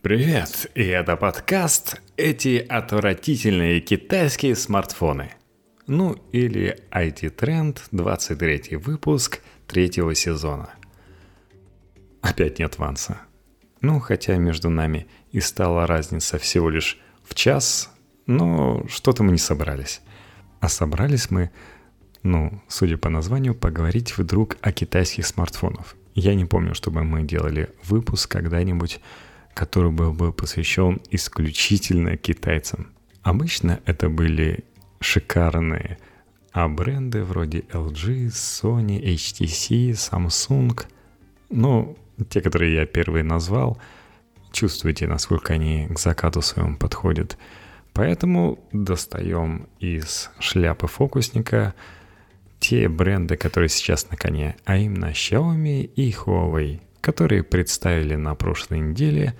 Привет, и это подкаст «Эти отвратительные китайские смартфоны». Ну или IT-тренд, 23 выпуск 3 сезона. Опять нет Ванса. Хотя между нами и стала разница всего лишь в час, но что-то мы не собрались. А собрались мы, судя по названию, поговорить вдруг о китайских смартфонах. Я не помню, чтобы мы делали выпуск когда-нибудь, который был бы посвящен исключительно китайцам. Обычно это были шикарные бренды вроде LG, Sony, HTC, Samsung. Те, которые я первые назвал, чувствуете, насколько они к закату своему подходят. Поэтому достаем из шляпы фокусника те бренды, которые сейчас на коне, а именно Xiaomi и Huawei, которые представили на прошлой неделе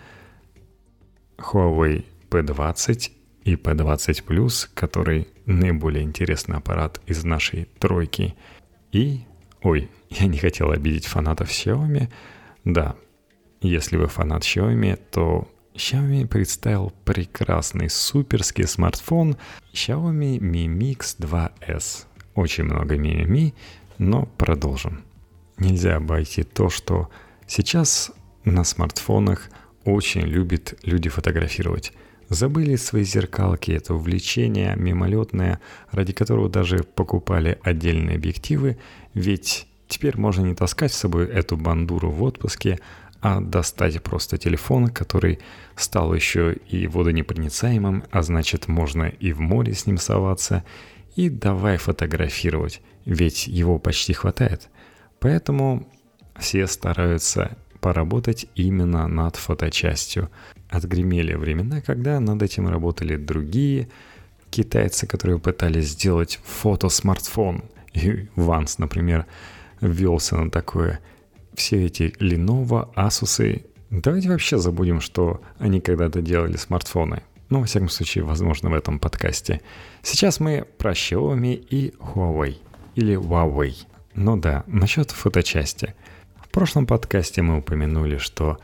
Huawei P20 и P20 Plus, который наиболее интересный аппарат из нашей тройки. Я не хотел обидеть фанатов Xiaomi. Да, если вы фанат Xiaomi, то Xiaomi представил прекрасный суперский смартфон Xiaomi Mi Mix 2S. Очень много Mi, но продолжим. Нельзя обойти то, что сейчас на смартфонах очень любят люди фотографировать. Забыли свои зеркалки, это увлечение мимолетное, ради которого даже покупали отдельные объективы, ведь теперь можно не таскать с собой эту бандуру в отпуске, а достать просто телефон, который стал еще и водонепроницаемым, а значит можно и в море с ним соваться, и давай фотографировать, ведь его почти хватает. Поэтому все стараются поработать именно над фоточастью. Отгремели времена, когда над этим работали другие китайцы, которые пытались сделать фотосмартфон. И Ванс, например, ввелся на такое. Все эти Lenovo, Asus. Давайте вообще забудем, что они когда-то делали смартфоны. Во всяком случае, возможно, в этом подкасте. Сейчас мы про Xiaomi и Huawei. Или Huawei. Насчет фоточасти. В прошлом подкасте мы упомянули, что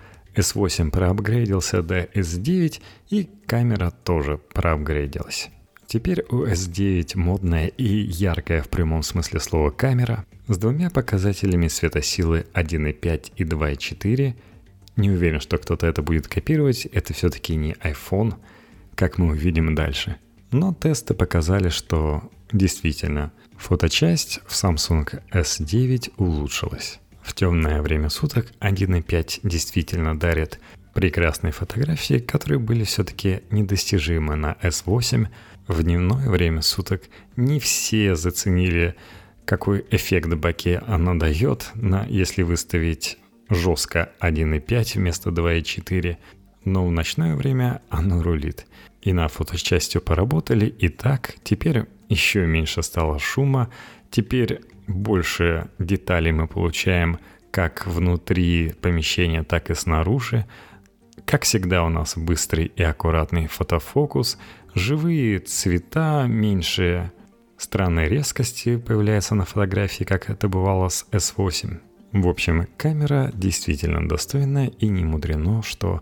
S8 проапгрейдился до S9, и камера тоже проапгрейдилась. Теперь у S9 модная и яркая в прямом смысле слова камера с двумя показателями светосилы 1.5 и 2.4. Не уверен, что кто-то это будет копировать, это все-таки не iPhone, как мы увидим дальше. Но тесты показали, что действительно фоточасть в Samsung S9 улучшилась. В темное время суток 1.5 действительно дарит прекрасные фотографии, которые были все-таки недостижимы на S8. В дневное время суток не все заценили, какой эффект боке оно дает, если выставить жестко 1.5 вместо 2.4, но в ночное время оно рулит. И на фоточастью поработали, и так теперь еще меньше стало шума, теперь больше деталей мы получаем как внутри помещения, так и снаружи. Как всегда у нас быстрый и аккуратный фотофокус, живые цвета, меньше странной резкости появляется на фотографии, как это бывало с S8. В общем, камера действительно достойная, и не мудрено, что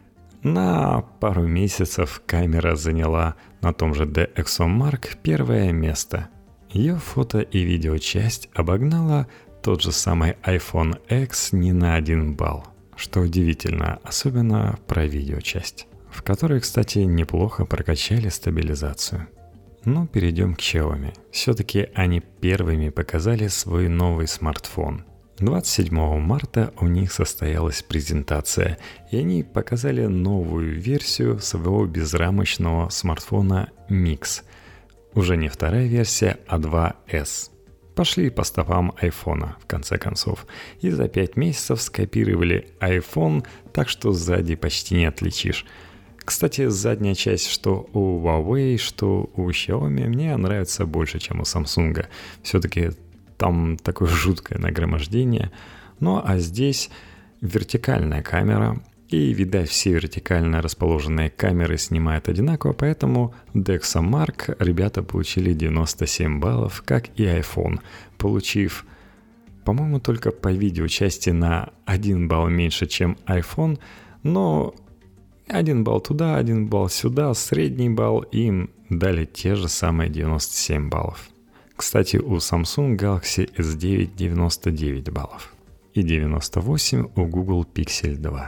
на пару месяцев камера заняла на том же DxOMark первое место. Ее фото- и видеочасть обогнала тот же самый iPhone X не на 1 балл. Что удивительно, особенно про видеочасть, в которой, кстати, неплохо прокачали стабилизацию. Перейдем к Xiaomi. Все-таки они первыми показали свой новый смартфон. 27 марта у них состоялась презентация, и они показали новую версию своего безрамочного смартфона Mix. Уже не вторая версия, а 2S. Пошли по стопам айфона, в конце концов. И за 5 месяцев скопировали iPhone, так что сзади почти не отличишь. Кстати, задняя часть, что у Huawei, что у Xiaomi, мне нравится больше, чем у Samsung. Все-таки там такое жуткое нагромождение. А здесь вертикальная камера. И, видать, все вертикально расположенные камеры снимают одинаково, поэтому DxOMark ребята получили 97 баллов, как и iPhone, получив, по-моему, только по видеочасти на 1 балл меньше, чем iPhone, но 1 балл туда, 1 балл сюда, средний балл, им дали те же самые 97 баллов. Кстати, у Samsung Galaxy S9 99 баллов и 98 у Google Pixel 2.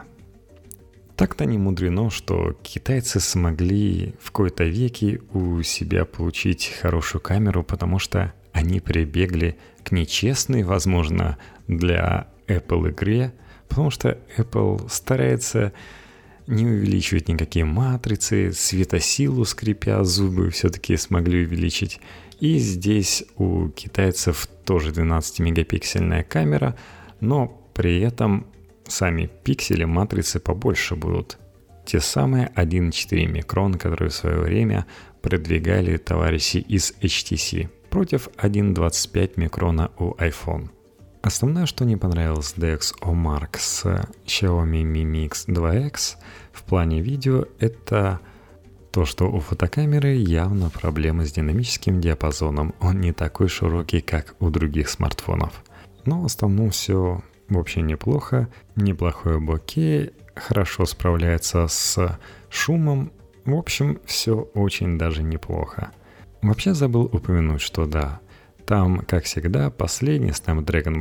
Так-то не мудрено, что китайцы смогли в кои-то веки у себя получить хорошую камеру, потому что они прибегли к нечестной, возможно, для Apple игре, потому что Apple старается не увеличивать никакие матрицы, светосилу скрипя зубы все-таки смогли увеличить. И здесь у китайцев тоже 12-мегапиксельная камера, но при этом сами пиксели, матрицы побольше будут. Те самые 1,4 микрон, которые в свое время продвигали товарищи из HTC, против 1,25 микрона у iPhone. Основное, что не понравилось DxOMark с Xiaomi Mi Mix 2X в плане видео, это то, что у фотокамеры явно проблемы с динамическим диапазоном. Он не такой широкий, как у других смартфонов. Но в основном все вообще неплохо. Неплохое боке, хорошо справляется с шумом. В общем, все очень даже неплохо. Вообще забыл упомянуть, что да, там, как всегда, последний Snapdragon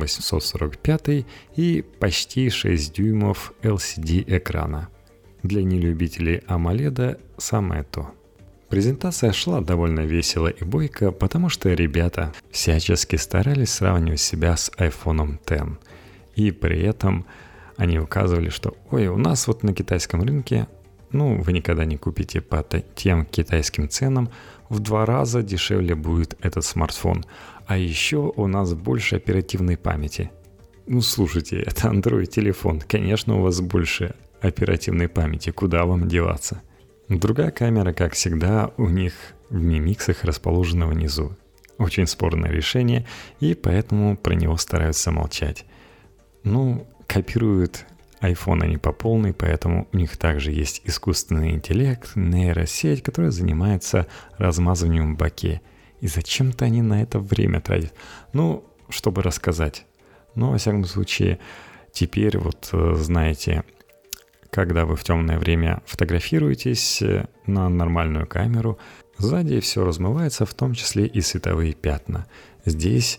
845 и почти 6 дюймов LCD экрана. Для нелюбителей AMOLED самое то. Презентация шла довольно весело и бойко, потому что ребята всячески старались сравнивать себя с iPhone X. И при этом они указывали, что «Ой, у нас вот на китайском рынке, вы никогда не купите по тем китайским ценам, в 2 раза дешевле будет этот смартфон. А еще у нас больше оперативной памяти». Слушайте, это Android-телефон, конечно, у вас больше оперативной памяти, куда вам деваться? Другая камера, как всегда, у них в Mi Mix расположена внизу. Очень спорное решение, и поэтому про него стараются молчать. Копируют iPhone они по полной, поэтому у них также есть искусственный интеллект, нейросеть, которая занимается размазыванием в боке. И зачем-то они на это время тратят? Чтобы рассказать. Но, во всяком случае, теперь знаете, когда вы в темное время фотографируетесь на нормальную камеру, сзади все размывается, в том числе и световые пятна. Здесь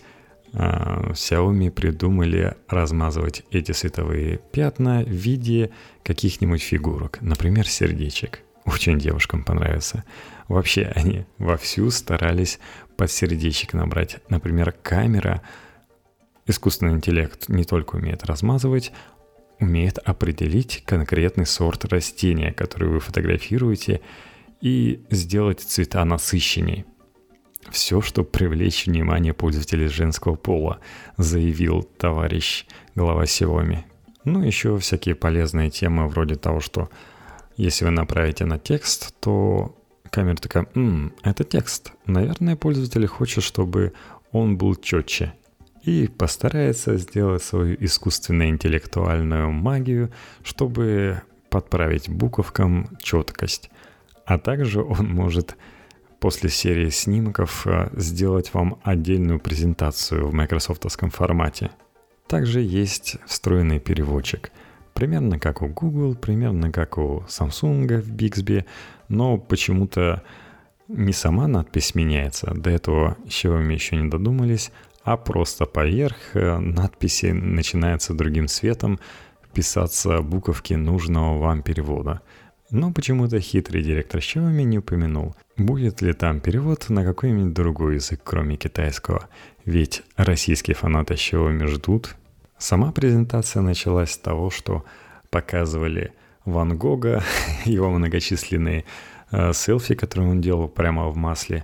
Xiaomi придумали размазывать эти световые пятна в виде каких-нибудь фигурок, например, сердечек. Очень девушкам понравится. Вообще они вовсю старались под сердечек набрать. Например, камера, искусственный интеллект не только умеет размазывать, умеет определить конкретный сорт растения, который вы фотографируете, и сделать цвета насыщенней. Все, чтобы привлечь внимание пользователей женского пола, заявил товарищ глава Xiaomi. Еще всякие полезные темы вроде того, что если вы направите на текст, то камера такая, это текст. Наверное, пользователь хочет, чтобы он был четче. И постарается сделать свою искусственно-интеллектуальную магию, чтобы подправить буковкам четкость. А также он может после серии снимков сделать вам отдельную презентацию в майкрософтовском формате. Также есть встроенный переводчик. Примерно как у Google, примерно как у Samsung в Bixby, но почему-то не сама надпись меняется. До этого Xiaomi еще не додумались, а просто поверх надписи начинается другим цветом писаться буковки нужного вам перевода. Но почему-то хитрый директор Xiaomi не упомянул, будет ли там перевод на какой-нибудь другой язык, кроме китайского. Ведь российские фанаты Xiaomi ждут. Сама презентация началась с того, что показывали Ван Гога, его многочисленные селфи, которые он делал прямо в масле.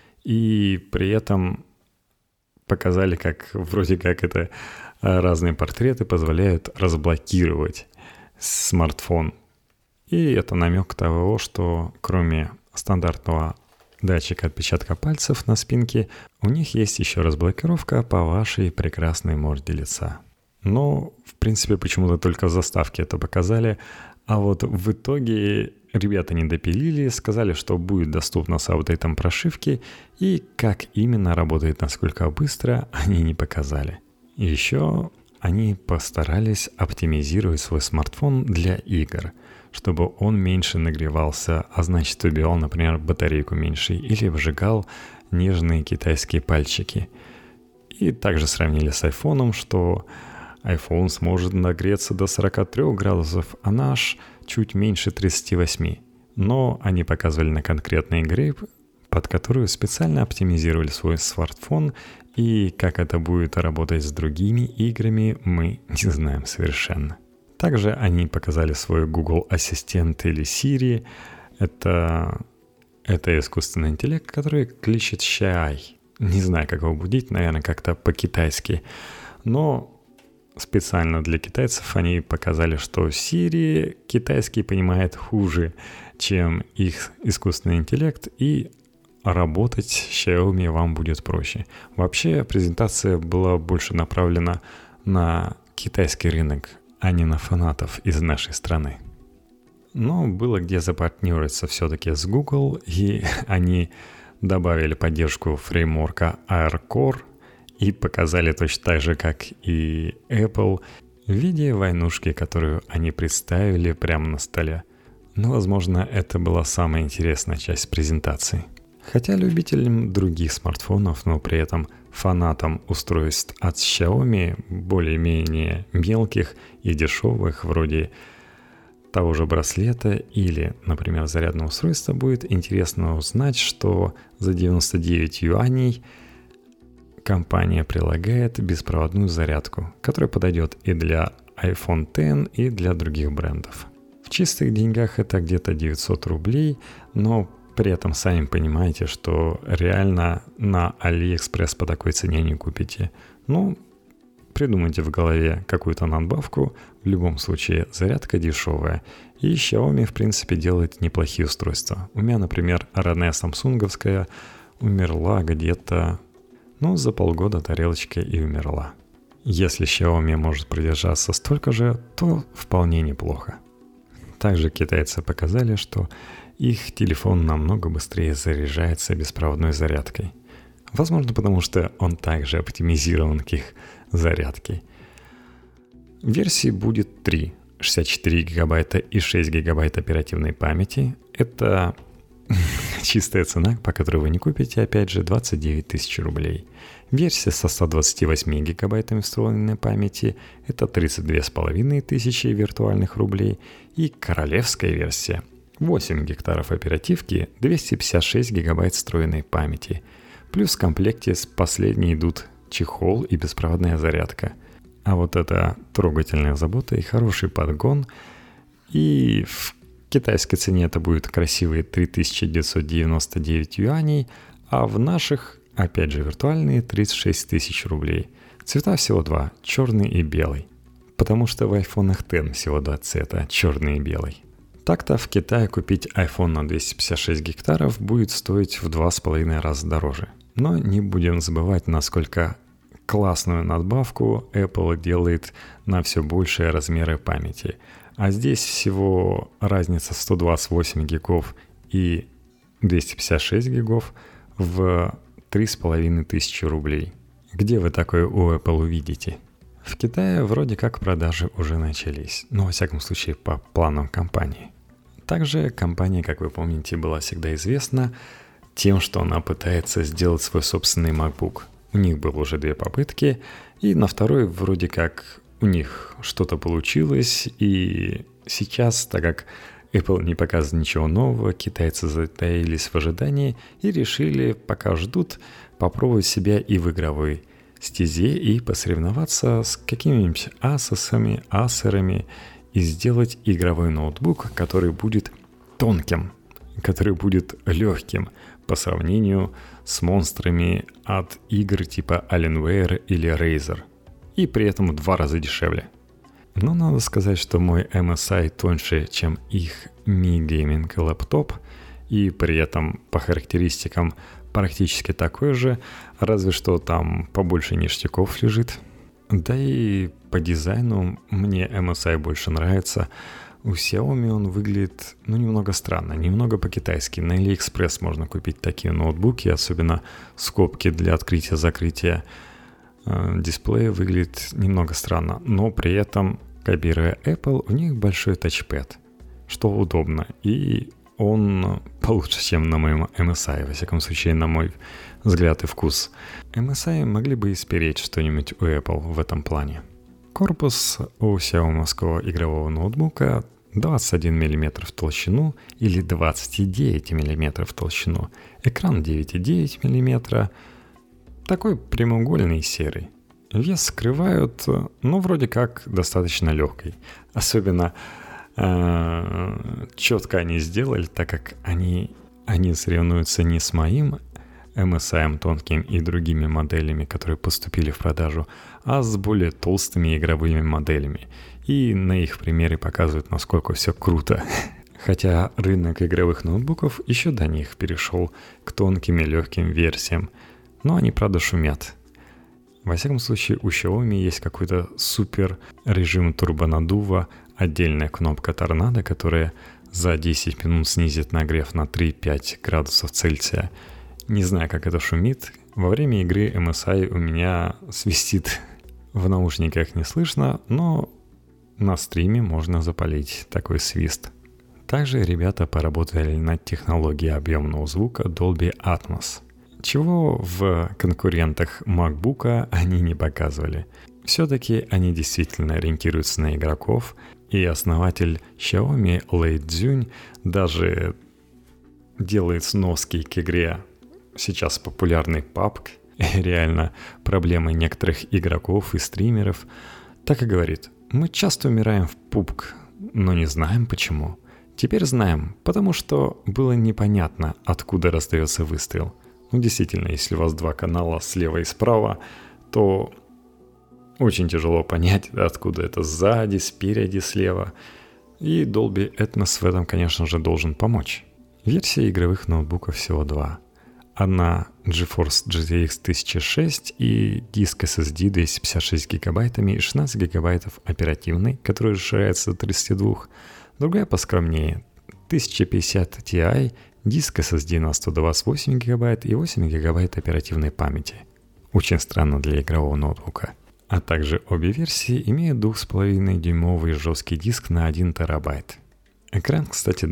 И при этом показали, как вроде как это разные портреты позволяют разблокировать смартфон. И это намек того, что кроме стандартного датчика отпечатка пальцев на спинке, у них есть еще разблокировка по вашей прекрасной морде лица. Но, в принципе, почему-то только в заставке это показали, а вот в итоге ребята не допилили, сказали, что будет доступно с апдейтом прошивки, и как именно работает, насколько быстро, они не показали. Еще они постарались оптимизировать свой смартфон для игр, чтобы он меньше нагревался, а значит убивал, например, батарейку меньше или выжигал нежные китайские пальчики. И также сравнили с iPhone, что iPhone сможет нагреться до 43 градусов, а наш чуть меньше 38. Но они показывали на конкретной игре, под которую специально оптимизировали свой смартфон, и как это будет работать с другими играми, мы не знаем совершенно. Также они показали свой Google Ассистент или Siri. Это искусственный интеллект, который кличет Xiai. Не знаю, как его будить, наверное, как-то по-китайски. Но специально для китайцев они показали, что Siri китайский понимает хуже, чем их искусственный интеллект, и работать с Xiaomi вам будет проще. Вообще, презентация была больше направлена на китайский рынок, а не на фанатов из нашей страны. Но было где запартнериться все-таки с Google, и они добавили поддержку фреймворка AirCore и показали точно так же, как и Apple, в виде войнушки, которую они представили прямо на столе. Но, возможно, это была самая интересная часть презентации. Хотя любителям других смартфонов, но при этом фанатам устройств от Xiaomi, более-менее мелких и дешевых, вроде того же браслета или, например, зарядного устройства, будет интересно узнать, что за 99 юаней компания прилагает беспроводную зарядку, которая подойдет и для iPhone X, и для других брендов. В чистых деньгах это где-то 900 рублей, но при этом сами понимаете, что реально на AliExpress по такой цене не купите. Ну, придумайте в голове какую-то надбавку. В любом случае, зарядка дешевая. И Xiaomi, в принципе, делает неплохие устройства. У меня, например, родная самсунговская умерла где-то, за полгода тарелочка и умерла. Если Xiaomi может продержаться столько же, то вполне неплохо. Также китайцы показали, что их телефон намного быстрее заряжается беспроводной зарядкой. Возможно, потому что он также оптимизирован к их зарядке. Версий будет 3. 64 гигабайта и 6 гигабайт оперативной памяти. Это чистая цена, по которой вы не купите, опять же, 29 тысяч рублей. Версия со 128 гигабайтами встроенной памяти – это 32,5 тысячи виртуальных рублей. И королевская версия – 8 гектаров оперативки, 256 гигабайт встроенной памяти. Плюс в комплекте с последней идут чехол и беспроводная зарядка. А вот это трогательная забота и хороший подгон. И в китайской цене это будет красивые 3999 юаней, а в наших, опять же, виртуальные 36 тысяч рублей. Цвета всего два – черный и белый. Потому что в iPhone X всего два цвета – черный и белый. Так-то в Китае купить iPhone на 256 гектаров будет стоить в 2,5 раза дороже. Но не будем забывать, насколько классную надбавку Apple делает на все большие размеры памяти. А здесь всего разница 128 гигов и 256 гигов в 3500 рублей. Где вы такое у Apple увидите? В Китае вроде как продажи уже начались, но во всяком случае по планам компании. Также компания, как вы помните, была всегда известна тем, что она пытается сделать свой собственный MacBook. У них было уже 2 попытки, и на второй вроде как у них что-то получилось, и сейчас, так как Apple не показывает ничего нового, китайцы затаились в ожидании и решили, пока ждут, попробовать себя и в игровой стезе и посоревноваться с какими-нибудь Acer'ами и сделать игровой ноутбук, который будет тонким, который будет легким по сравнению с монстрами от игр типа Alienware или Razer, и при этом в 2 раза дешевле. Но надо сказать, что мой MSI тоньше, чем их Mi Gaming лэптоп, и при этом по характеристикам практически такой же, разве что там побольше ништяков лежит. Да и по дизайну мне MSI больше нравится. У Xiaomi он выглядит, немного странно, немного по-китайски. На AliExpress можно купить такие ноутбуки, особенно скобки для открытия-закрытия дисплея выглядит немного странно. Но при этом, копируя Apple, у них большой тачпэд. что удобно. И он получше, чем на моем MSI, во всяком случае, на мой взгляд и вкус. MSI могли бы испереть что-нибудь у Apple в этом плане. Корпус у Xiaomi игрового ноутбука 21 мм в толщину или 29 мм в толщину. Экран 9,9 мм. Такой прямоугольный серый. Вес скрывают, но вроде как достаточно легкий. Особенно четко они сделали, так как они соревнуются не с моим MSI тонким и другими моделями, которые поступили в продажу, а с более толстыми игровыми моделями. И на их примере показывают, насколько все круто. Хотя рынок игровых ноутбуков еще до них перешел к тонким и легким версиям. Но они, правда, шумят. Во всяком случае, у Xiaomi есть какой-то супер режим турбонаддува, отдельная кнопка торнадо, которая за 10 минут снизит нагрев на 3-5 градусов Цельсия. Не знаю, как это шумит. Во время игры MSI у меня свистит. В наушниках не слышно, но на стриме можно запалить такой свист. Также ребята поработали над технологией объемного звука Dolby Atmos, чего в конкурентах MacBook они не показывали. Все-таки они действительно ориентируются на игроков, и основатель Xiaomi Лэй Цзюнь даже делает сноски к игре сейчас популярный PUBG, реально проблемы некоторых игроков и стримеров. Так и говорит: мы часто умираем в PUBG, но не знаем почему. Теперь знаем, потому что было непонятно, откуда раздается выстрел. Действительно, если у вас два канала слева и справа, то очень тяжело понять, откуда это сзади, спереди, слева. И Dolby Atmos в этом, конечно же, должен помочь. Версий игровых ноутбуков всего два. Одна GeForce GTX 1006 и диск SSD 256 гигабайтами и 16 гигабайтов оперативной, который расширяется до 32. Другая поскромнее 1050 Ti, диск SSD на 128 гигабайт и 8 гигабайт оперативной памяти. Очень странно для игрового ноутбука. А также обе версии имеют 2,5-дюймовый жесткий диск на 1 терабайт. Экран, кстати,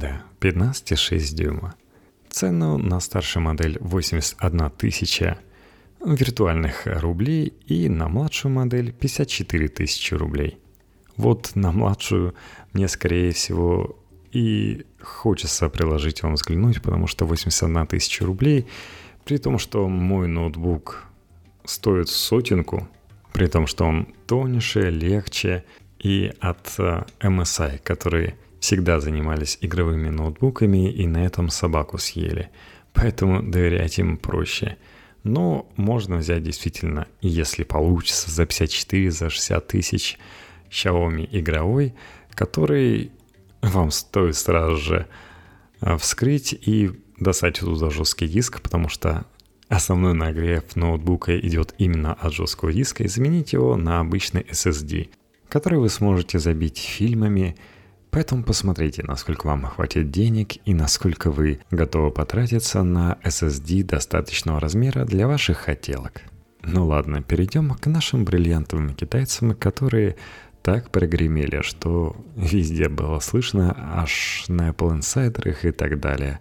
15,6 дюйма. Цену на старшую модель 81 тысяча виртуальных рублей и на младшую модель 54 тысячи рублей. Вот на младшую мне, скорее всего, и хочется приложить вам взглянуть, потому что 81 тысяча рублей, при том, что мой ноутбук стоит сотенку, при том, что он тоньше, легче, и от MSI, которые всегда занимались игровыми ноутбуками и на этом собаку съели. Поэтому доверять им проще. Но можно взять действительно, если получится, за 54, за 60 тысяч Xiaomi игровой, который вам стоит сразу же вскрыть и достать туда жесткий диск, потому что основной нагрев ноутбука идет именно от жесткого диска, и заменить его на обычный SSD, который вы сможете забить фильмами. Поэтому посмотрите, насколько вам хватит денег и насколько вы готовы потратиться на SSD достаточного размера для ваших хотелок. Ну ладно, перейдем к нашим бриллиантовым китайцам, которые так прогремели, что везде было слышно, аж на Apple Insider и так далее.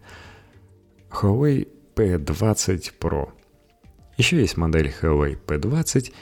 Huawei P20 Pro. Еще есть модель Huawei P20,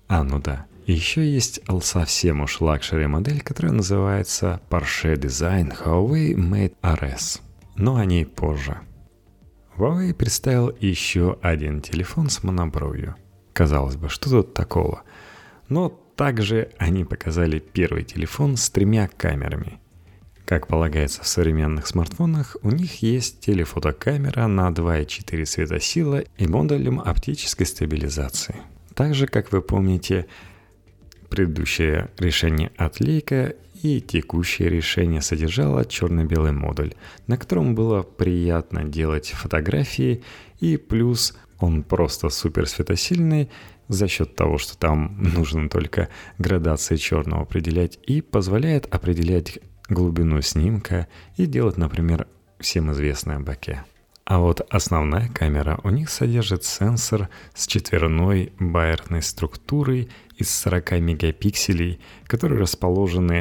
еще есть совсем уж лакшери модель, которая называется Porsche Design Huawei Mate RS. Но о ней позже. Huawei представил еще один телефон с монобровью. Казалось бы, что тут такого? Но также они показали первый телефон с 3 камерами. Как полагается в современных смартфонах, у них есть телефотокамера на 2,4 светосила и модулем оптической стабилизации. Также, как вы помните, предыдущее решение от Leica и текущее решение содержало черно-белый модуль, на котором было приятно делать фотографии, и плюс он просто супер светосильный за счет того, что там нужно только градации черного определять, и позволяет определять глубину снимка и делать, например, всем известное боке. А вот основная камера у них содержит сенсор с четверной байерной структурой из 40 мегапикселей, которые расположены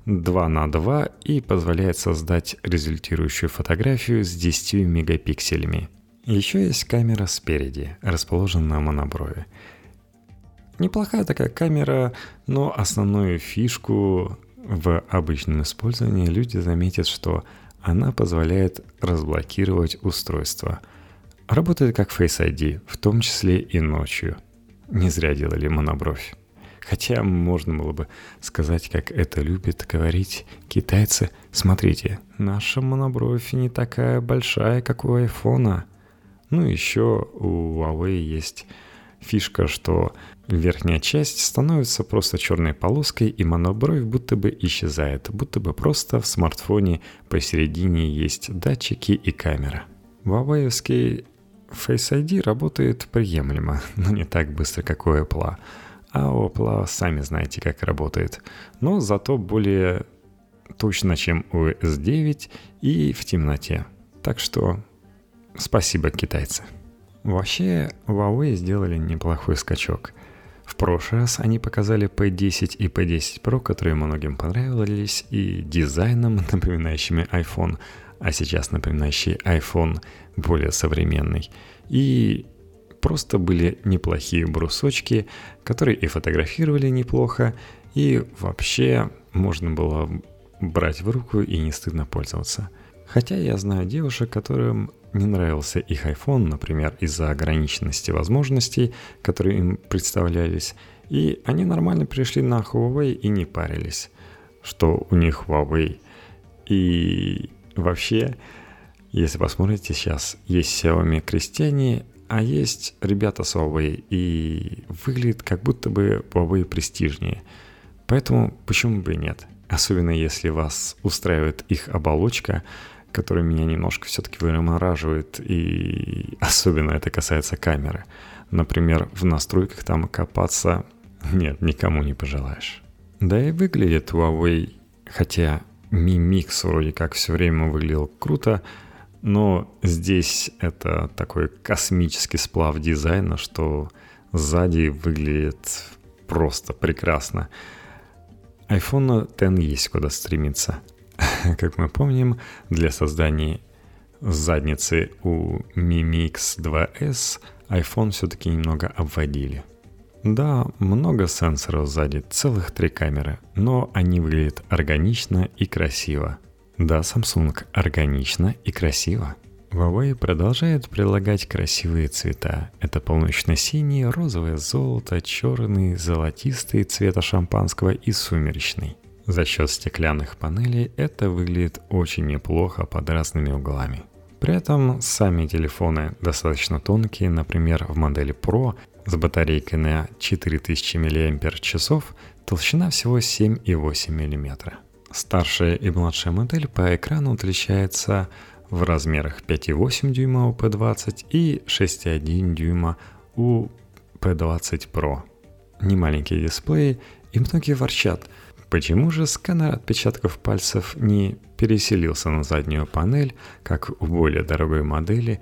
2 на 2 и позволяет создать результирующую фотографию с 10 мегапикселями. Еще есть камера спереди, расположенная на моноброви. Неплохая такая камера, но основную фишку в обычном использовании люди заметят, что она позволяет разблокировать устройство. Работает как Face ID, в том числе и ночью. Не зря делали монобровь. Хотя можно было бы сказать, как это любят говорить китайцы. Смотрите, наша монобровь не такая большая, как у айфона. Ну, еще у Huawei есть фишка, что верхняя часть становится просто черной полоской, и монобровь будто бы исчезает, будто бы просто в смартфоне посередине есть датчики и камера. Huawei-овский Face ID работает приемлемо, но не так быстро, как у Apple. А у Apple сами знаете, как работает. Но зато более точно, чем у S9 и в темноте. Так что спасибо, китайцы. Вообще, Huawei сделали неплохой скачок. В прошлый раз они показали P10 и P10 Pro, которые многим понравились, и дизайном, напоминающими iPhone, а сейчас напоминающий iPhone более современный. И просто были неплохие брусочки, которые и фотографировали неплохо, и вообще можно было брать в руку и не стыдно пользоваться. Хотя я знаю девушек, которым не нравился их iPhone, например, из-за ограниченности возможностей, которые им представлялись, и они нормально пришли на Huawei и не парились, что у них Huawei. И вообще, если посмотрите сейчас, есть Xiaomi крестьяне, а есть ребята с Huawei, и выглядит как будто бы Huawei престижнее. Поэтому почему бы и нет? Особенно если вас устраивает их оболочка, которая меня немножко все-таки вымораживает, и особенно это касается камеры. Например, в настройках там копаться нет, никому не пожелаешь. Да и выглядит Huawei, хотя Mi Mix вроде как все время выглядел круто, но здесь это такой космический сплав дизайна, что сзади выглядит просто прекрасно. iPhone X есть куда стремиться. Как мы помним, для создания задницы у Mi Mix 2S iPhone все-таки немного обводили. Да, много сенсоров сзади, целых 3 камеры, но они выглядят органично и красиво. Да, Samsung органично и красиво. Huawei продолжает предлагать красивые цвета. Это полночно-синий, розовое золото, черный, золотистый цвета шампанского и сумеречный. За счет стеклянных панелей это выглядит очень неплохо под разными углами. При этом сами телефоны достаточно тонкие, например, в модели Pro с батарейкой на 4000 мАч толщина всего 7,8 мм. Старшая и младшая модель по экрану отличается в размерах 5,8 дюйма у P20 и 6,1 дюйма у P20 Pro. Немаленькие дисплеи, и многие ворчат, почему же сканер отпечатков пальцев не переселился на заднюю панель, как у более дорогой модели,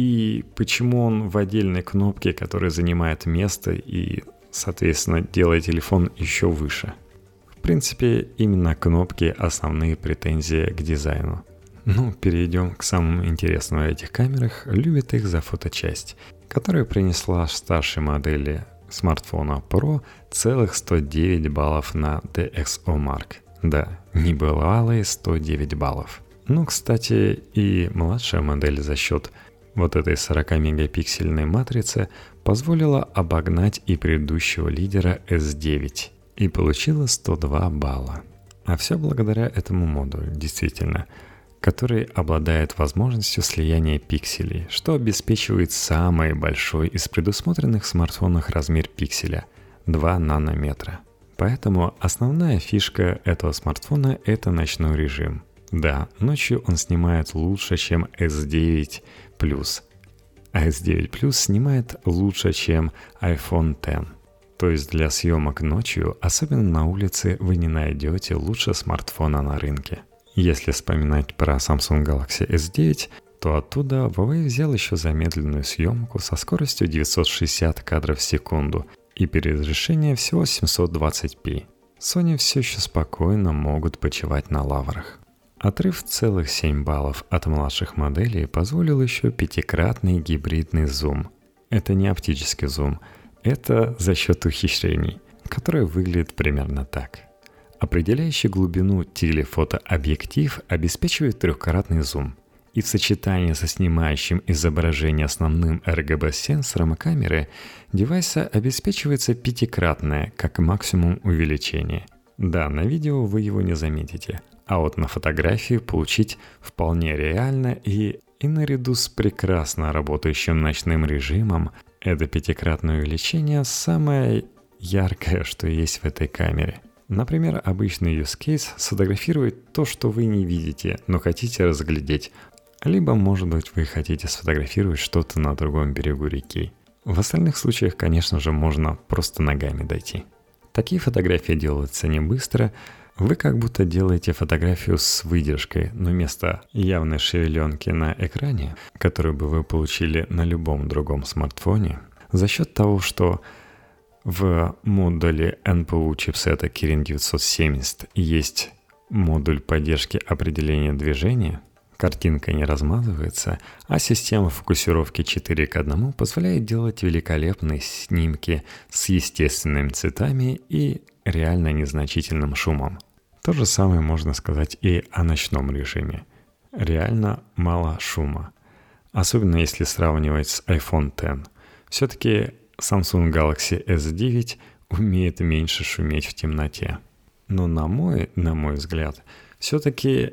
и почему он в отдельной кнопке, которая занимает место и, соответственно, делает телефон еще выше. В принципе, именно кнопки основные претензии к дизайну. Ну, перейдем к самому интересному в этих камерах. Любят их за фоточасть, которая принесла старшей модели смартфона Pro целых 109 баллов на DxOMark. Да, небывалые 109 баллов. Ну, кстати, и младшая модель за счет вот этой 40-мегапиксельной матрицы позволила обогнать и предыдущего лидера S9 и получила 102 балла. А все благодаря этому модулю, действительно, который обладает возможностью слияния пикселей, что обеспечивает самый большой из предусмотренных в смартфонах размер пикселя – 2 нанометра. Поэтому основная фишка этого смартфона – это ночной режим. Да, ночью он снимает лучше, чем S9 Plus, а S9 Plus снимает лучше, чем iPhone X. То есть для съемок ночью, особенно на улице, вы не найдете лучше смартфона на рынке. Если вспоминать про Samsung Galaxy S9, то оттуда Huawei взял еще замедленную съемку со скоростью 960 кадров в секунду и переразрешение всего 720p. Sony все еще спокойно могут почивать на лаврах. Отрыв целых 7 баллов от младших моделей позволил еще 5-кратный гибридный зум. Это не оптический зум, это за счет ухищрений, которое выглядит примерно так. Определяющий глубину телефотообъектив обеспечивает 3-кратный зум, и в сочетании со снимающим изображение основным RGB-сенсором камеры девайса обеспечивается 5-кратное, как максимум, увеличение. Да, на видео вы его не заметите, а вот на фотографии получить вполне реально и наряду с прекрасно работающим ночным режимом, это 5-кратное увеличение самое яркое, что есть в этой камере. Например, обычный use case сфотографирует то, что вы не видите, но хотите разглядеть. Либо, может быть, вы хотите сфотографировать что-то на другом берегу реки. В остальных случаях, конечно же, можно просто ногами дойти. Такие фотографии делаются не быстро. Вы как будто делаете фотографию с выдержкой, но вместо явной шевеленки на экране, которую бы вы получили на любом другом смартфоне, за счет того, что в модуле NPU чипсета Kirin 970 есть модуль поддержки определения движения, картинка не размазывается, а система фокусировки 4:1 позволяет делать великолепные снимки с естественными цветами и реально незначительным шумом. То же самое можно сказать и о ночном режиме. Реально мало шума. Особенно если сравнивать с iPhone X. Все-таки Samsung Galaxy S9 умеет меньше шуметь в темноте. Но на мой взгляд, все-таки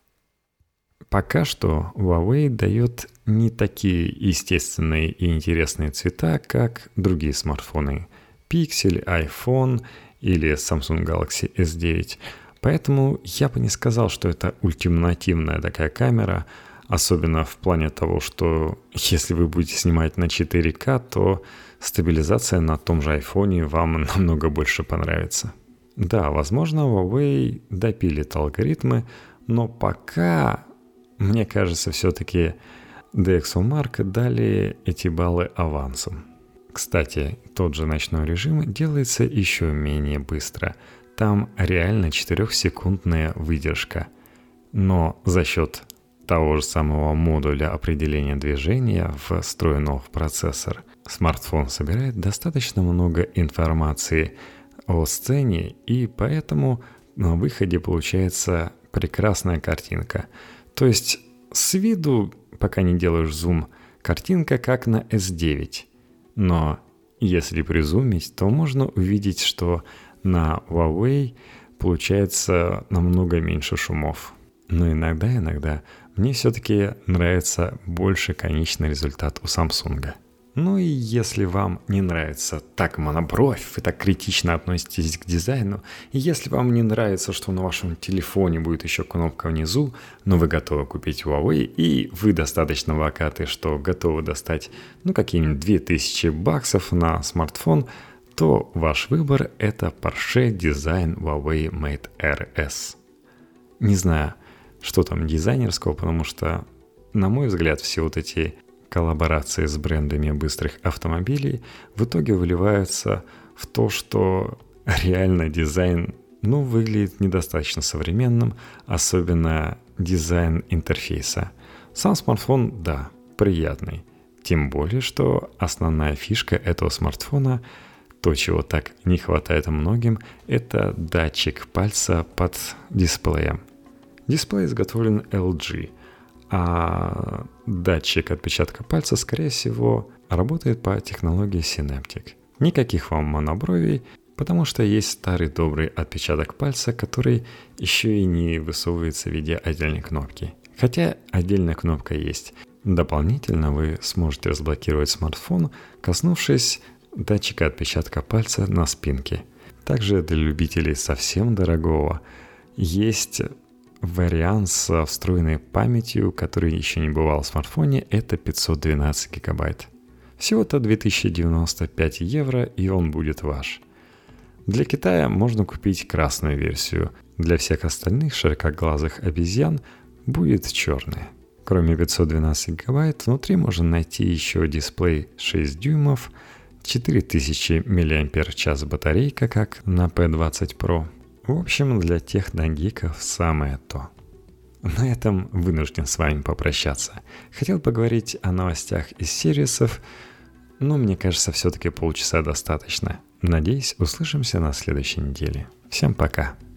пока что Huawei дает не такие естественные и интересные цвета, как другие смартфоны. Pixel, iPhone или Samsung Galaxy S9. Поэтому я бы не сказал, что это ультимативная такая камера, особенно в плане того, что если вы будете снимать на 4К, то стабилизация на том же iPhone вам намного больше понравится. Да, возможно, Huawei допилит алгоритмы, но пока, мне кажется, все-таки DxOMark дали эти баллы авансом. Кстати, тот же ночной режим делается еще менее быстро. Там реально 4-секундная выдержка. Но за счет того же самого модуля определения движения, встроенного в процессор, смартфон собирает достаточно много информации о сцене, и поэтому на выходе получается прекрасная картинка. То есть с виду, пока не делаешь зум, картинка как на S9. Но если призумить, то можно увидеть, что на Huawei получается намного меньше шумов. Но иногда мне все-таки нравится больше конечный результат у Samsung. Ну и если вам не нравится так монобровь, вы так критично относитесь к дизайну, и если вам не нравится, что на вашем телефоне будет еще кнопка внизу, но вы готовы купить Huawei, и вы достаточно вакаты, что готовы достать какие-нибудь $2000 на смартфон, то ваш выбор — это Porsche Design Huawei Mate RS. Не знаю, что там дизайнерского, потому что, на мой взгляд, все вот эти коллаборации с брендами быстрых автомобилей в итоге выливаются в то, что реально дизайн, выглядит недостаточно современным, особенно дизайн интерфейса. Сам смартфон, да, приятный. Тем более, что основная фишка этого смартфона, то, чего так не хватает многим, это датчик пальца под дисплеем. Дисплей изготовлен LG, а датчик отпечатка пальца, скорее всего, работает по технологии Synaptic. Никаких вам монобровей, потому что есть старый добрый отпечаток пальца, который еще и не высовывается в виде отдельной кнопки. Хотя отдельная кнопка есть. Дополнительно вы сможете разблокировать смартфон, коснувшись датчика отпечатка пальца на спинке. Также для любителей совсем дорогого есть вариант со встроенной памятью, который еще не бывал в смартфоне, это 512 гигабайт. Всего-то 2095 евро, и он будет ваш. Для Китая можно купить красную версию. Для всех остальных широкоглазых обезьян будет черная. Кроме 512 гигабайт, внутри можно найти еще дисплей 6 дюймов, 4000 мАч батарейка, как на P20 Pro. В общем, для техногиков самое то. На этом вынужден с вами попрощаться. Хотел поговорить о новостях из сервисов, но мне кажется, все-таки полчаса достаточно. Надеюсь, услышимся на следующей неделе. Всем пока!